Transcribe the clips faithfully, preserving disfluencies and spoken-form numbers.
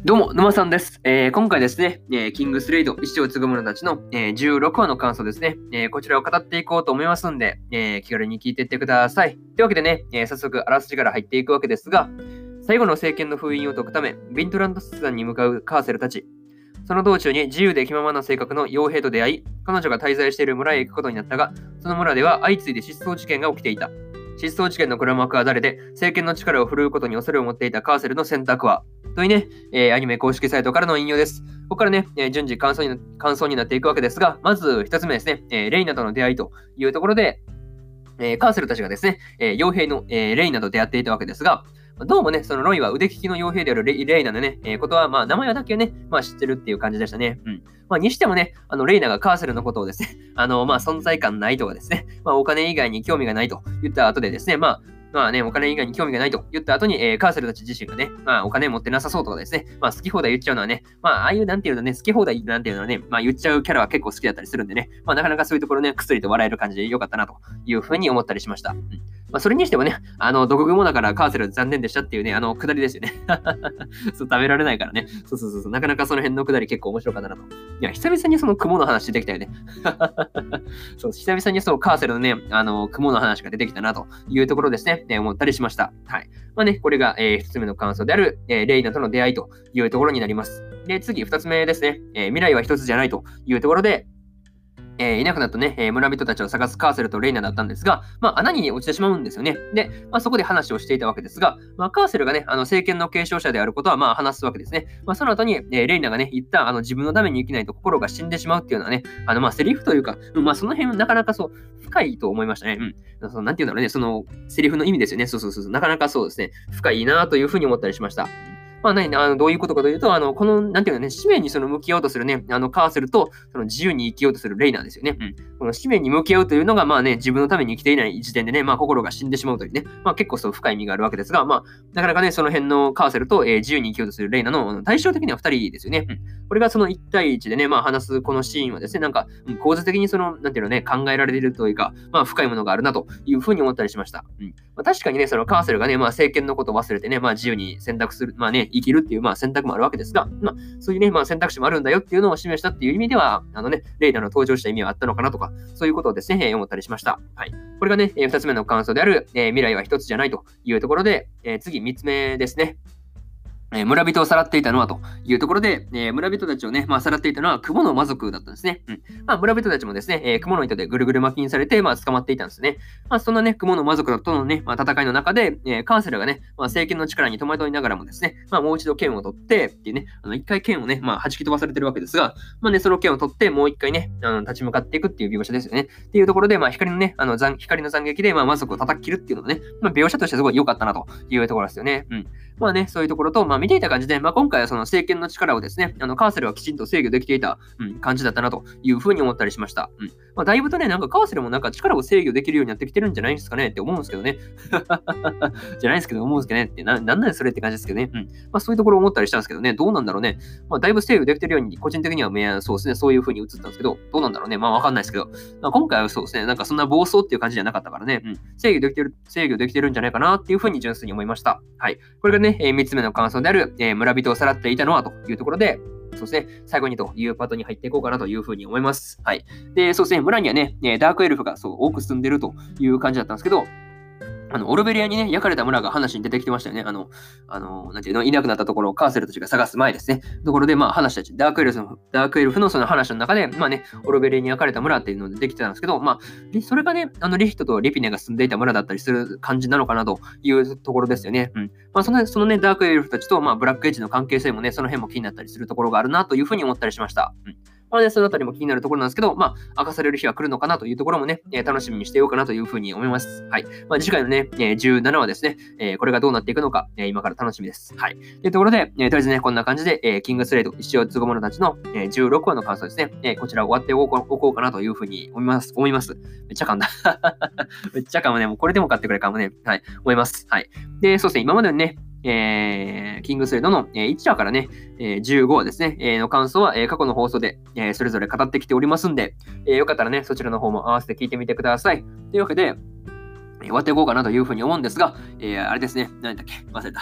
どうも、沼さんです。えー今回ですね、えーキングスレイド、石を継ぐ者たちの、えーじゅうろくわの感想ですね、えーこちらを語っていこうと思いますんで、えー気軽に聞いていってください。というわけでね、えー早速、あらすじから入っていくわけですが、最後の政権の封印を解くため、ヴィントランド出山に向かうカーセルたち。その道中に自由で気ままな性格の傭兵と出会い、彼女が滞在している村へ行くことになったが、その村では相次いで失踪事件が起きていた。失踪事件の黒幕は誰で、政権の力を振るうことに恐れを持っていたカーセルの選択はというね、えーアニメ公式サイトからの引用です。ここからね、えー順次感想にな感想になっていくわけですが、まず一つ目ですね、えーレイナとの出会いというところで、えーカーセルたちがですね、えー傭兵の、えーレイナと出会っていたわけですが、どうもね、そのロイは腕利きの傭兵であるレイレイナのね、えーことは、まあ、名前だけね、まあ、知ってるっていう感じでしたね。うん。まあ、にしてもね、あの、レイナがカーセルのことをですね、あの、まあ、存在感ないとかですね、まあ、お金以外に興味がないと言った後でですね、まあ、まあね、お金以外に興味がないと言った後に、えーカーセルたち自身がね、まあ、お金持ってなさそうとかですね、まあ、好き放題言っちゃうのはね、まあ、ああいうなんていうのね、好き放題なんていうのはね、まあ、言っちゃうキャラは結構好きだったりするんでね、まあ、なかなかそういうところね、くすりと笑える感じで良かったなというふうに思ったりしました。うん。まあ、それにしてもね、あの、毒蜘蛛だからカーセル残念でしたっていうね、あの、くだりですよね。そう、食べられないからね。そうそうそうそう、なかなかその辺のくだり結構面白かったなと。いや、久々にその雲の話出てきたよね。そう、久々にそうカーセルのね、あの、雲の話が出てきたなというところですね、ね思ったりしました。はい。まあね、これが、えー、一つ目の感想である、えーレイナとの出会いというところになります。で、次、二つ目ですね、えー未来は一つじゃないというところで、えーいなくなったね、えー村人たちを探すカーセルとレイナだったんですが、まあ、穴に落ちてしまうんですよね。で、まあ、そこで話をしていたわけですが、まあ、カーセルがね、あの政権の継承者であることはまあ話すわけですね。まあ、その後に、えーレイナがね、言ったあの自分のために生きないと心が死んでしまうっていうのはね、あのまあセリフというか、うんまあ、その辺なかなかそう深いと思いましたね。うん。そのなんていうんだろうね、そのセリフの意味ですよね。そうそうそうそう、なかなかそうですね、深いなというふうに思ったりしました。まあ、何あのどういうことかというと、あのこの、なんていうのね、使命にその向き合おうとするね、あのカーセルとその自由に生きようとするレイナーですよね。うん。この使命に向き合うというのが、まあね、自分のために生きていない時点でね、まあ心が死んでしまうというね、まあ結構そう深い意味があるわけですが、まあ、なかなかね、その辺のカーセルと、えー自由に生きようとするレイナのあの対照的にはふたりですよね。うん。これがそのいち対いちでね、まあ話すこのシーンはですね、なんか、うん構図的にその、なんていうのね、考えられているというか、まあ深いものがあるなというふうに思ったりしました。うん。まあ、確かにね、そのカーセルがね、まあ政権のことを忘れてね、まあ自由に選択する、まあね、生きるっていう、まあ選択もあるわけですが、まあそういうね、まあ選択肢もあるんだよっていうのを示したっていう意味では、あのね、レイナの登場した意味はあったのかなとか、そういうことをですね、えー思ったりしました。はい。これがね、えー、ふたつめの感想である、えー未来は一つじゃないというところで、えー次みっつめですね。えー村人をさらっていたのはというところで、えー村人たちをね、まあ、さらっていたのは雲の魔族だったんですね。うんまあ、村人たちもですね、えー雲の糸でぐるぐる巻きにされて、まあ、捕まっていたんですね。まあ、そんなね、雲の魔族とのね、まあ、戦いの中で、えーカーセルがね、まあ、政権の力に戸惑いながらもですね、まあ、もう一度剣を取ってっていうね、あの一回剣をね、まあ、弾き飛ばされてるわけですが、まあね、その剣を取ってもう一回ね、あの立ち向かっていくっていう描写ですよね。っていうところで、まあ、光のね、あの残光の斬撃で、まあ、魔族を叩き切るっていうのがね、まあ、描写としてすごい良かったなというところですよね。うん。まあね、そういうところと、まあ見ていた感じで、まあ今回はその政権の力をですね、あのカーセルはきちんと制御できていた、うん、感じだったなというふうに思ったりしました。うん。まあだいぶとね、なんかカーセルもなんか力を制御できるようになってきてるんじゃないですかねって思うんですけどね。じゃないですけど思うんですけどねって、な、なんなんそれって感じですけどね。うん。まあそういうところを思ったりしたんですけどね、どうなんだろうね。まあだいぶ制御できてるように、個人的には、ね、そうですね、そういうふうに映ったんですけど、どうなんだろうね。まあわかんないですけど、まあ、今回はそうですね、なんかそんな暴走っていう感じじゃなかったからね、うん。制御できてる、制御できてるんじゃないかなっていうふうに純粋に思いました。はい。これがね、えー、みっつめの感想である、えー村人をさらっていたのはというところで、そうですね、最後にというパートに入っていこうかなというふうに思います。はい。で、そうですね、村にはね、えーダークエルフがそう多く住んでるという感じだったんですけど、あの、オルベリアにね、焼かれた村が話に出てきてましたよね。あの、あの、なんていうの、いなくなったところをカーセルたちが探す前ですね。ところで、まあ、話たち、ダークエルフの、ダークエルフのその話の中で、まあね、オルベリアに焼かれた村っていうのでできてたんですけど、まあ、リそれがね、あの、リヒトとリピネが住んでいた村だったりする感じなのかなというところですよね。うん。まあ、その、そのね、ダークエルフたちと、まあ、ブラックエッジの関係性もね、その辺も気になったりするところがあるなというふうに思ったりしました。うん。まあね、そのあたりも気になるところなんですけど、まあ、明かされる日は来るのかなというところもね、えー楽しみにしていようかなというふうに思います。はい。まあ、次回のね、えーじゅうななわですね、えーこれがどうなっていくのか、えー今から楽しみです。はい。というところで、えーとりあえずね、こんな感じで、えーキングスレイド、一生継ぐ者たちの、えーじゅうろくわの感想ですね、えーこちら終わっておこうおこうかなというふうに思います。思います。めっちゃ噛んだ。めっちゃ噛むね。もうこれでも買ってくれ噛むね。はい。思います。はい。で、そうですね、今までのね、えー、キングスレイドの、えーいちわからね、えーじゅうごわですね、えーの感想は、えー過去の放送で、えーそれぞれ語ってきておりますんで、えーよかったらね、そちらの方も合わせて聞いてみてください。というわけで、えー終わっていこうかなというふうに思うんですが、えーあれですね、何だっけ忘れた。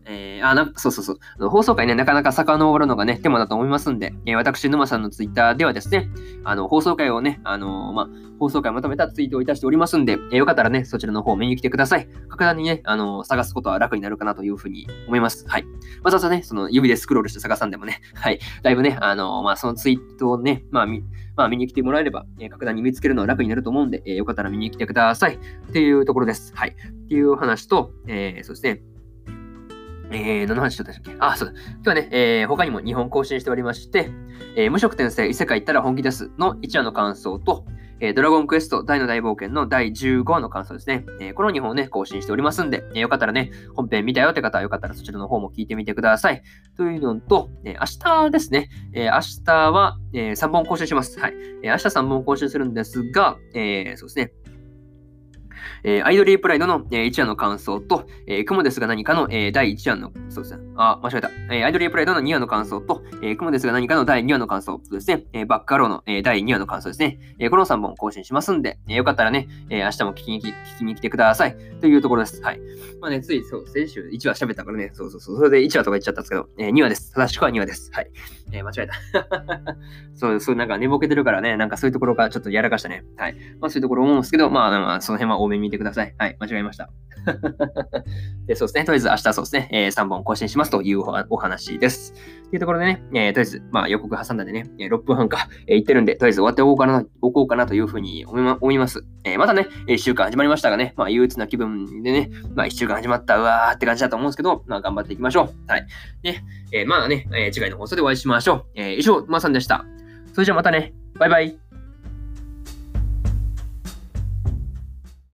えー、あ、なそうそうそう。あの放送回ね、なかなか遡るのがね、手間だと思いますんで、えー、私、沼さんのツイッターではですね、あの、放送回をね、あのー、まあ、放送回をまとめたツイートをいたしておりますんで、えー、よかったらね、そちらの方を見に来てください。格段にね、あのー、探すことは楽になるかなというふうに思います。はい。わざわざね、その指でスクロールして探さんでもね、はい。だいぶね、あのー、まあ、そのツイートをね、まあ、み、まあ、見に来てもらえれば、えー、格段に見つけるのは楽になると思うんで、えー、よかったら見に来てください。っていうところです。はい。っていう話と、えー、そうですね。えー、何の話しとったでしたっけ？あ、そうだ。今日はね、えー、他にもにほん更新しておりまして、えー、無職転生異世界行ったら本気ですのいちわの感想と、えー、ドラゴンクエスト大の大冒険のだいじゅうごわの感想ですね。えー、このにほんをね、更新しておりますんで、えー、よかったらね、本編見たよって方はよかったらそちらの方も聞いてみてください。というのと、えー、明日ですね、えー、明日は、えー、さんぼん更新します。はい。えー、明日さんぼん更新するんですが、えー、そうですね。えー、アイドリープライドの、えー、いちわの感想と、えー、雲ですが何かの、えー、だいいちわの、そうですね。あ、間違えた。えー、アイドリープライドのにわの感想と、えー、雲ですが何かのだいにわの感想とですね、えー、バックアローの、えー、だいにわの感想ですね。えー、このさんぼん更新しますんで、えー、よかったらね、えー、明日も聞きに聞きに来てください。というところです。はい。まあね、つい、そう、先週いちわ喋ったからね、そうそうそう、それでいちわとか言っちゃったんですけど、えー、にわです。正しくはにわです。はい。えー、間違えた。そう、そう、なんか寝ぼけてるからね、なんかそういうところがちょっとやらかしたね。はい。まあそういうところ思うんですけど、まあ、まあ、その辺は多めに見てください。はい。間違えました。で、そうですね。とりあえず明日そうですね、えー、さんぼん更新しますというお話です。というところでね、えー、とりあえず、まあ予告挟んだんでね、ろっぷんはんか、えー、言ってるんで、とりあえず終わっておこうかな、おこうかなというふうに思い、ま、思います。えー、またね、いっしゅうかん始まりましたがね、まあ憂鬱な気分でね、まあいっしゅうかん始まった、うわーって感じだと思うんですけど、まあ頑張っていきましょう。はい。で、えー、まあね、えー、次回の放送でお会いしましょう。えー、以上、まさんでした。それじゃあまたね、バイバイ。